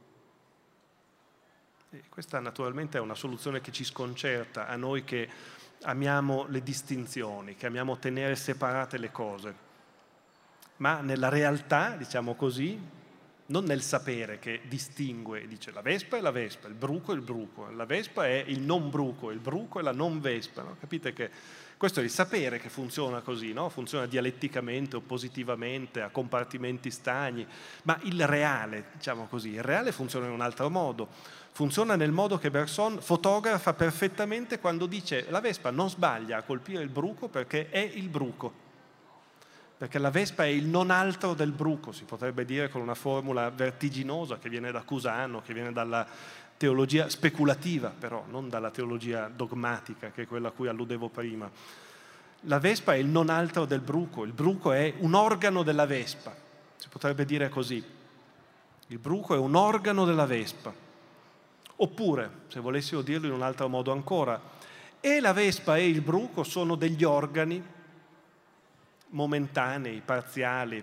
E questa naturalmente è una soluzione che ci sconcerta, a noi che amiamo le distinzioni, che amiamo tenere separate le cose. Ma nella realtà, diciamo così, non nel sapere che distingue, dice la Vespa è la Vespa, il bruco è il bruco, la Vespa è il non bruco, il bruco è la non Vespa, no? Capite che questo è il sapere che funziona così, no? Funziona dialetticamente, oppositivamente, a compartimenti stagni, ma il reale, diciamo così, il reale funziona in un altro modo. Funziona nel modo che Bergson fotografa perfettamente quando dice la Vespa non sbaglia a colpire il bruco perché è il bruco. perché la vespa è il non altro del bruco, si potrebbe dire con una formula vertiginosa che viene da Cusano, che viene dalla teologia speculativa, però non dalla teologia dogmatica, che è quella a cui alludevo prima. La vespa è il non altro del bruco, il bruco è un organo della vespa, si potrebbe dire così. Il bruco è un organo della vespa. Oppure, se volessimo dirlo in un altro modo ancora, e la vespa e il bruco sono degli organi momentanei, parziali,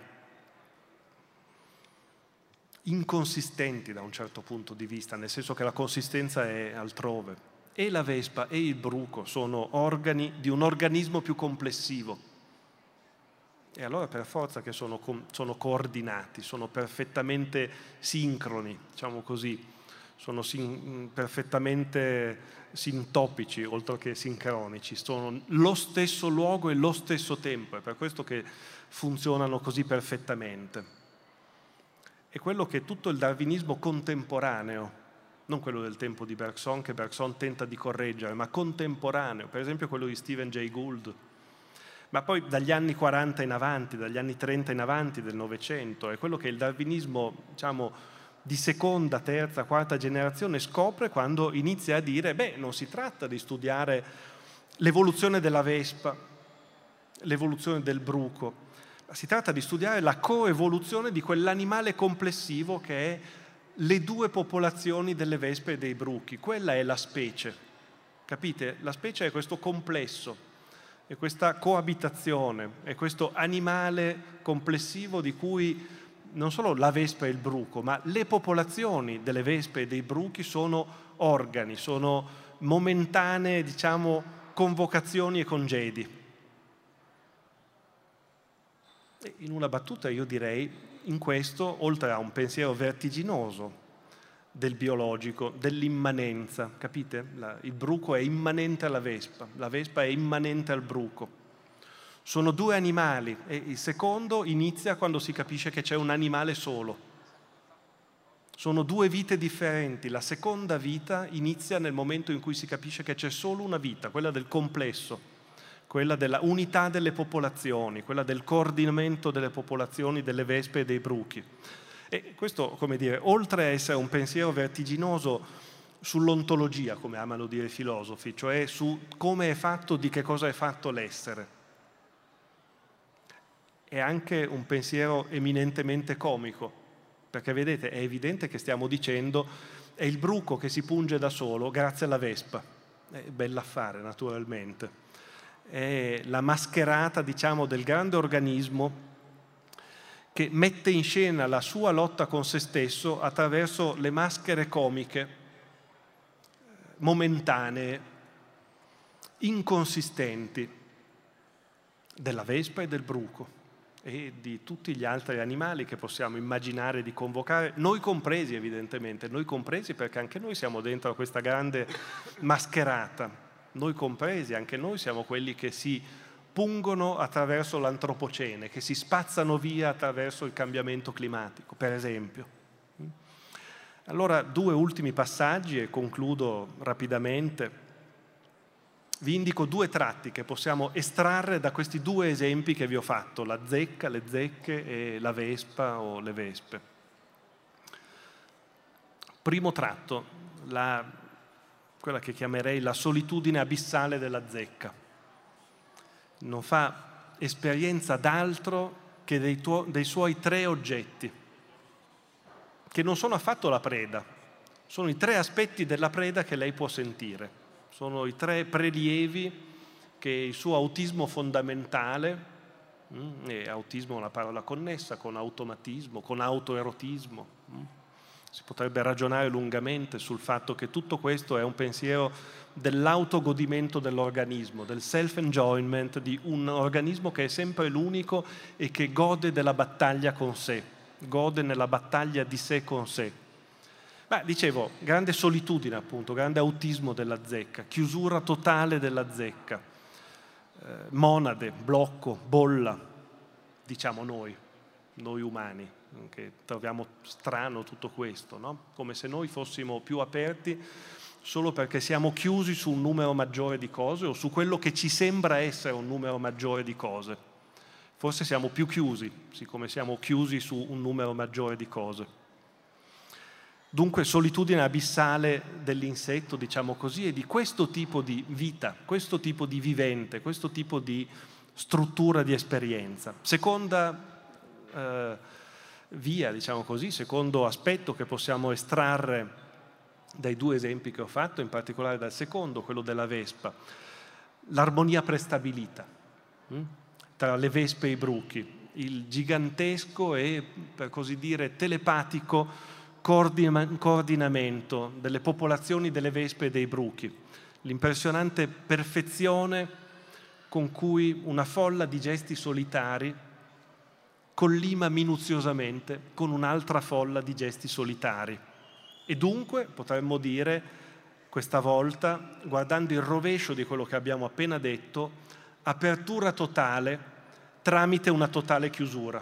inconsistenti da un certo punto di vista, nel senso che la consistenza è altrove. E la vespa e il bruco sono organi di un organismo più complessivo. E allora per forza che sono, sono coordinati, sono perfettamente sincroni, diciamo così, sono sin, perfettamente sintopici oltre che sincronici, sono lo stesso luogo e lo stesso tempo, è per questo che funzionano così perfettamente. È quello che tutto il darwinismo contemporaneo, non quello del tempo di Bergson, che Bergson tenta di correggere, ma contemporaneo, per esempio quello di Stephen Jay Gould, ma poi dagli anni quaranta in avanti, dagli anni trenta in avanti del Novecento, è quello che il darwinismo, diciamo, di seconda, terza, quarta generazione scopre quando inizia a dire beh, non si tratta di studiare l'evoluzione della vespa, l'evoluzione del bruco, ma si tratta di studiare la coevoluzione di quell'animale complessivo che è le due popolazioni delle vespe e dei bruchi. Quella è la specie, capite? La specie è questo complesso, è questa coabitazione, è questo animale complessivo di cui non solo la vespa e il bruco, ma le popolazioni delle vespe e dei bruchi sono organi, sono momentanee, diciamo, convocazioni e congedi. E in una battuta io direi, in questo, oltre a un pensiero vertiginoso del biologico, dell'immanenza, capite? La, il bruco è immanente alla vespa, la vespa è immanente al bruco. Sono due animali e il secondo inizia quando si capisce che c'è un animale solo. Sono due vite differenti. La seconda vita inizia nel momento in cui si capisce che c'è solo una vita, quella del complesso, quella della unità delle popolazioni, quella del coordinamento delle popolazioni delle vespe e dei bruchi. E questo, come dire, oltre a essere un pensiero vertiginoso sull'ontologia, come amano dire i filosofi, cioè su come è fatto, di che cosa è fatto l'essere, è anche un pensiero eminentemente comico, perché vedete, è evidente che stiamo dicendo è il bruco che si punge da solo grazie alla vespa. È bell'affare, naturalmente. È la mascherata, diciamo, del grande organismo che mette in scena la sua lotta con se stesso attraverso le maschere comiche, momentanee, inconsistenti, della vespa e del bruco e di tutti gli altri animali che possiamo immaginare di convocare, noi compresi evidentemente, noi compresi perché anche noi siamo dentro a questa grande mascherata, noi compresi, anche noi siamo quelli che si pungono attraverso l'antropocene, che si spazzano via attraverso il cambiamento climatico, per esempio. Allora, due ultimi passaggi e concludo rapidamente. Vi indico due tratti che possiamo estrarre da questi due esempi che vi ho fatto, la zecca, le zecche e la vespa o le vespe. Primo tratto, la, quella che chiamerei la solitudine abissale della zecca. Non fa esperienza d'altro che dei, tuo, dei suoi tre oggetti, che non sono affatto la preda, sono i tre aspetti della preda che lei può sentire. Sono i tre prelievi che il suo autismo fondamentale, mh, e autismo è una parola connessa con automatismo, con autoerotismo, mh, si potrebbe ragionare lungamente sul fatto che tutto questo è un pensiero dell'autogodimento dell'organismo, del self-enjoyment di un organismo che è sempre l'unico e che gode della battaglia con sé, gode nella battaglia di sé con sé. Beh, dicevo, grande solitudine appunto, grande autismo della zecca, chiusura totale della zecca, eh, monade, blocco, bolla, diciamo noi, noi umani, che troviamo strano tutto questo, no? Come se noi fossimo più aperti solo perché siamo chiusi su un numero maggiore di cose o su quello che ci sembra essere un numero maggiore di cose. Forse siamo più chiusi, siccome siamo chiusi su un numero maggiore di cose. Dunque solitudine abissale dell'insetto, diciamo così, e di questo tipo di vita, questo tipo di vivente, questo tipo di struttura di esperienza. Seconda eh, via, diciamo così, secondo aspetto che possiamo estrarre dai due esempi che ho fatto, in particolare dal secondo, quello della vespa, l'armonia prestabilita hm? tra le vespe e i bruchi, il gigantesco e, per così dire, telepatico coordinamento delle popolazioni delle vespe e dei bruchi, l'impressionante perfezione con cui una folla di gesti solitari collima minuziosamente con un'altra folla di gesti solitari. E dunque, potremmo dire, questa volta, guardando il rovescio di quello che abbiamo appena detto, apertura totale tramite una totale chiusura.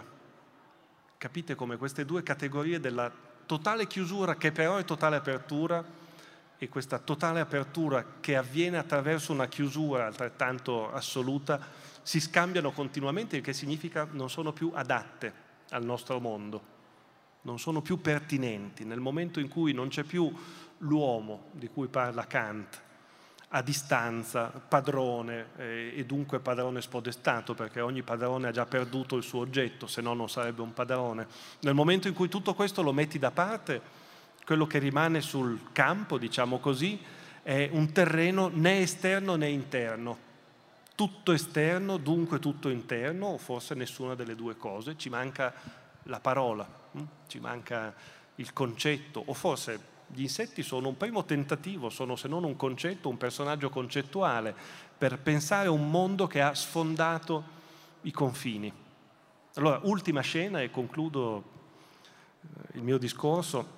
Capite come queste due categorie della totale chiusura, che però è totale apertura, e questa totale apertura che avviene attraverso una chiusura altrettanto assoluta, si scambiano continuamente, il che significa non sono più adatte al nostro mondo, non sono più pertinenti. Nel momento in cui non c'è più l'uomo di cui parla Kant, a distanza, padrone, eh, e dunque padrone spodestato, perché ogni padrone ha già perduto il suo oggetto, se no non sarebbe un padrone. Nel momento in cui tutto questo lo metti da parte, quello che rimane sul campo, diciamo così, è un terreno né esterno né interno. Tutto esterno, dunque tutto interno, o forse nessuna delle due cose. Ci manca la parola, hm? ci manca il concetto, o forse gli insetti sono un primo tentativo, sono se non un concetto, un personaggio concettuale per pensare a un mondo che ha sfondato i confini. Allora, ultima scena e concludo il mio discorso.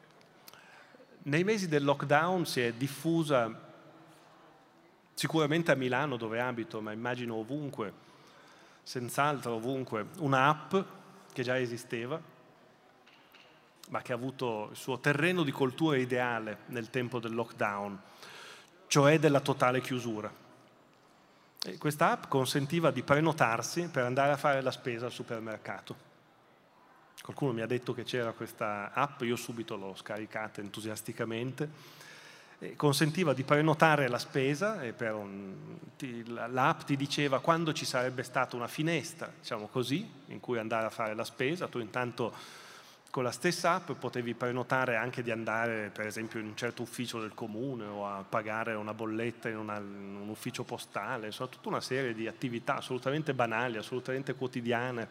Nei mesi del lockdown si è diffusa, sicuramente a Milano dove abito, ma immagino ovunque, senz'altro ovunque, un'app che già esisteva, ma che ha avuto il suo terreno di coltura ideale nel tempo del lockdown, cioè della totale chiusura. E questa app consentiva di prenotarsi per andare a fare la spesa al supermercato. Qualcuno mi ha detto che c'era questa app, io subito l'ho scaricata entusiasticamente. E consentiva di prenotare la spesa e per un, ti, l'app ti diceva quando ci sarebbe stata una finestra, diciamo così, in cui andare a fare la spesa. Tu intanto con la stessa app potevi prenotare anche di andare, per esempio, in un certo ufficio del comune o a pagare una bolletta in, una, in un ufficio postale, insomma, tutta una serie di attività assolutamente banali, assolutamente quotidiane.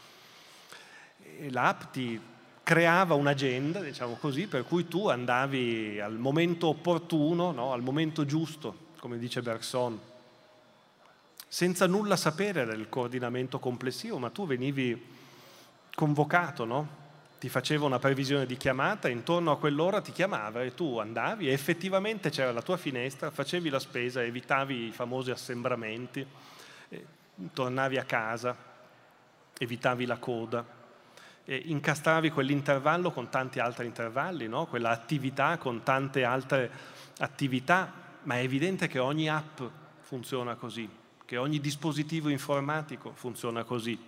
E l'app ti creava un'agenda, diciamo così, per cui tu andavi al momento opportuno, no? Al momento giusto, come dice Bergson, senza nulla sapere del coordinamento complessivo, ma tu venivi convocato, no? Ti faceva una previsione di chiamata, intorno a quell'ora ti chiamava e tu andavi e effettivamente c'era la tua finestra, facevi la spesa, evitavi i famosi assembramenti, eh, tornavi a casa, evitavi la coda, eh, incastravi quell'intervallo con tanti altri intervalli, no? Quella attività con tante altre attività, ma è evidente che ogni app funziona così, che ogni dispositivo informatico funziona così.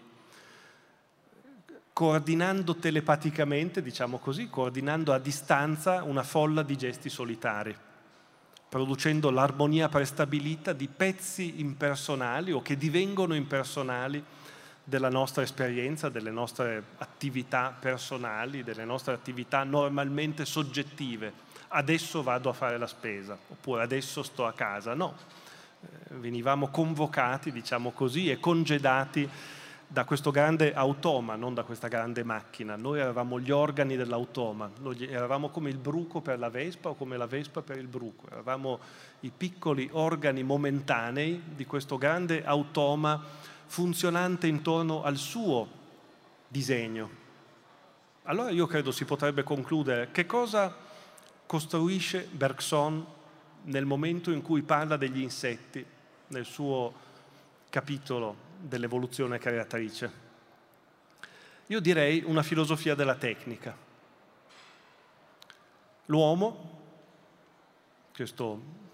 Coordinando telepaticamente, diciamo così, coordinando a distanza una folla di gesti solitari, producendo l'armonia prestabilita di pezzi impersonali o che divengono impersonali della nostra esperienza, delle nostre attività personali, delle nostre attività normalmente soggettive. Adesso vado a fare la spesa, oppure adesso sto a casa. No, eh, venivamo convocati, diciamo così, e congedati da questo grande automa, non da questa grande macchina. Noi eravamo gli organi dell'automa, noi eravamo come il bruco per la vespa o come la vespa per il bruco, eravamo i piccoli organi momentanei di questo grande automa funzionante intorno al suo disegno. Allora io credo si potrebbe concludere che cosa costruisce Bergson nel momento in cui parla degli insetti, nel suo capitolo dell'evoluzione creatrice. Io direi una filosofia della tecnica. L'uomo, questo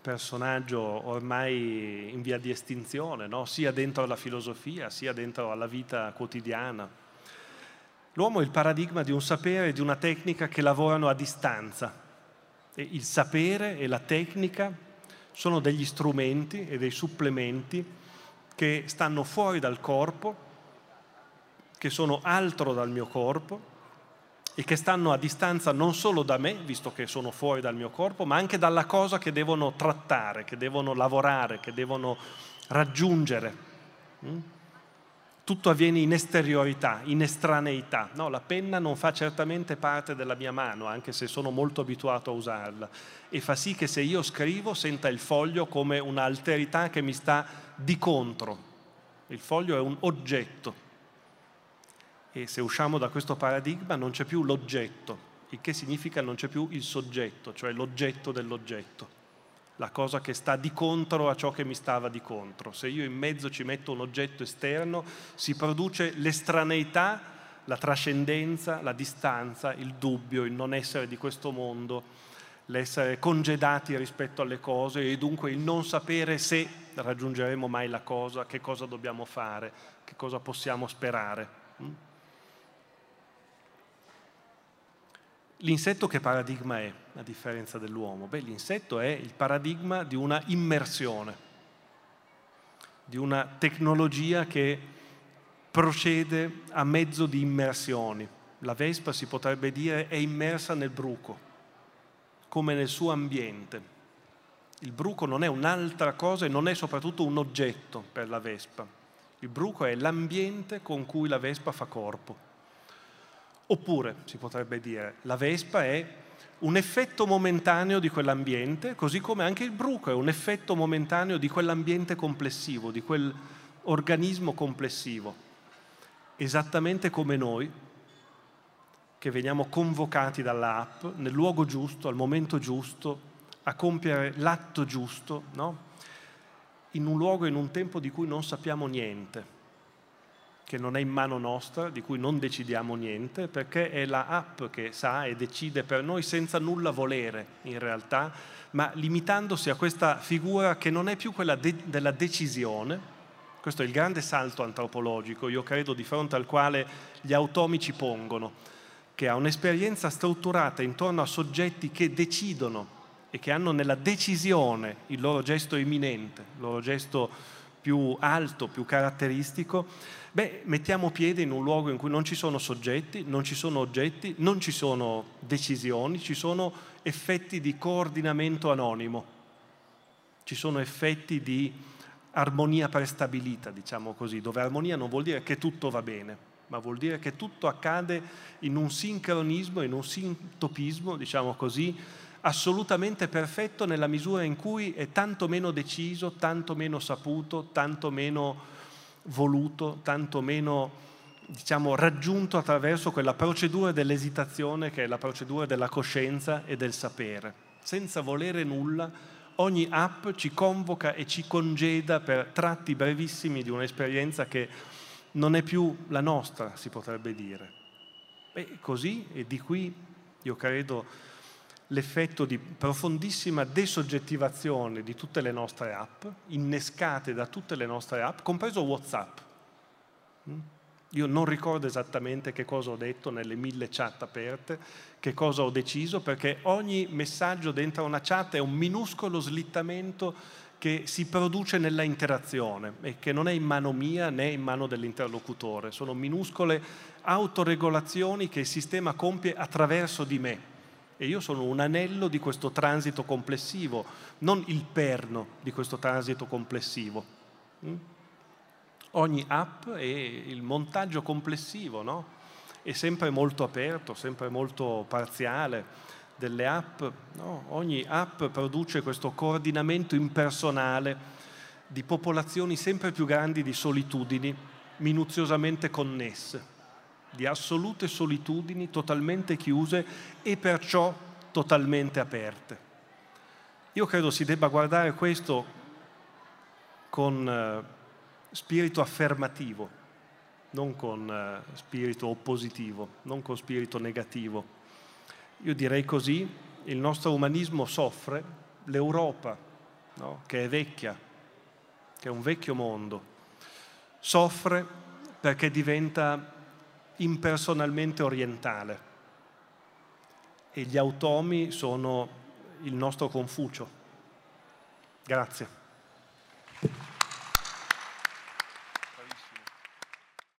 personaggio ormai in via di estinzione, no? Sia dentro la filosofia, sia dentro alla vita quotidiana. L'uomo è il paradigma di un sapere e di una tecnica che lavorano a distanza. E il sapere e la tecnica sono degli strumenti e dei supplementi che stanno fuori dal corpo, che sono altro dal mio corpo e che stanno a distanza non solo da me, visto che sono fuori dal mio corpo, ma anche dalla cosa che devono trattare, che devono lavorare, che devono raggiungere. Tutto avviene in esteriorità, in estraneità. No, la penna non fa certamente parte della mia mano, anche se sono molto abituato a usarla, e fa sì che se io scrivo senta il foglio come un'alterità che mi sta di contro. Il foglio è un oggetto. E se usciamo da questo paradigma non c'è più l'oggetto, il che significa non c'è più il soggetto, cioè l'oggetto dell'oggetto, la cosa che sta di contro a ciò che mi stava di contro. Se io in mezzo ci metto un oggetto esterno, si produce l'estraneità, la trascendenza, la distanza, il dubbio, il non essere di questo mondo, l'essere congedati rispetto alle cose e dunque il non sapere se raggiungeremo mai la cosa, che cosa dobbiamo fare, che cosa possiamo sperare. L'insetto che paradigma è, a differenza dell'uomo? Beh, l'insetto è il paradigma di una immersione, di una tecnologia che procede a mezzo di immersioni. La vespa, si potrebbe dire, è immersa nel bruco, come nel suo ambiente. Il bruco non è un'altra cosa e non è soprattutto un oggetto per la vespa. Il bruco è l'ambiente con cui la vespa fa corpo. Oppure, si potrebbe dire, la vespa è un effetto momentaneo di quell'ambiente, così come anche il bruco è un effetto momentaneo di quell'ambiente complessivo, di quell'organismo complessivo. Esattamente come noi, che veniamo convocati dalla app nel luogo giusto, al momento giusto, a compiere l'atto giusto, no? In un luogo e in un tempo di cui non sappiamo niente, che non è in mano nostra, di cui non decidiamo niente, perché è la app che sa e decide per noi senza nulla volere in realtà, ma limitandosi a questa figura che non è più quella de- della decisione. Questo è il grande salto antropologico, io credo, di fronte al quale gli automi ci pongono, che ha un'esperienza strutturata intorno a soggetti che decidono e che hanno nella decisione il loro gesto imminente, il loro gesto più alto, più caratteristico. Beh, mettiamo piede in un luogo in cui non ci sono soggetti, non ci sono oggetti, non ci sono decisioni, ci sono effetti di coordinamento anonimo, ci sono effetti di armonia prestabilita, diciamo così, dove armonia non vuol dire che tutto va bene, ma vuol dire che tutto accade in un sincronismo, in un sintopismo, diciamo così, assolutamente perfetto nella misura in cui è tanto meno deciso, tanto meno saputo, tanto meno voluto, tanto meno, diciamo, raggiunto attraverso quella procedura dell'esitazione che è la procedura della coscienza e del sapere. Senza volere nulla, ogni app ci convoca e ci congeda per tratti brevissimi di un'esperienza che non è più la nostra, si potrebbe dire. E così, e di qui, io credo, l'effetto di profondissima desoggettivazione di tutte le nostre app, innescate da tutte le nostre app, compreso WhatsApp. Io non ricordo esattamente che cosa ho detto nelle mille chat aperte, che cosa ho deciso, perché ogni messaggio dentro una chat è un minuscolo slittamento che si produce nella interazione e che non è in mano mia né in mano dell'interlocutore. Sono minuscole autoregolazioni che il sistema compie attraverso di me. E io sono un anello di questo transito complessivo, non il perno di questo transito complessivo. Ogni app e il montaggio complessivo, no? È sempre molto aperto, sempre molto parziale delle app, no? Ogni app produce questo coordinamento impersonale di popolazioni sempre più grandi di solitudini, minuziosamente connesse, di assolute solitudini totalmente chiuse e perciò totalmente aperte. Io credo si debba guardare questo con eh, spirito affermativo, non con eh, spirito oppositivo, non con spirito negativo. Io direi così, il nostro umanismo soffre, l'Europa no? Che è vecchia, che è un vecchio mondo, soffre perché diventa impersonalmente orientale e gli automi sono il nostro Confucio. Grazie.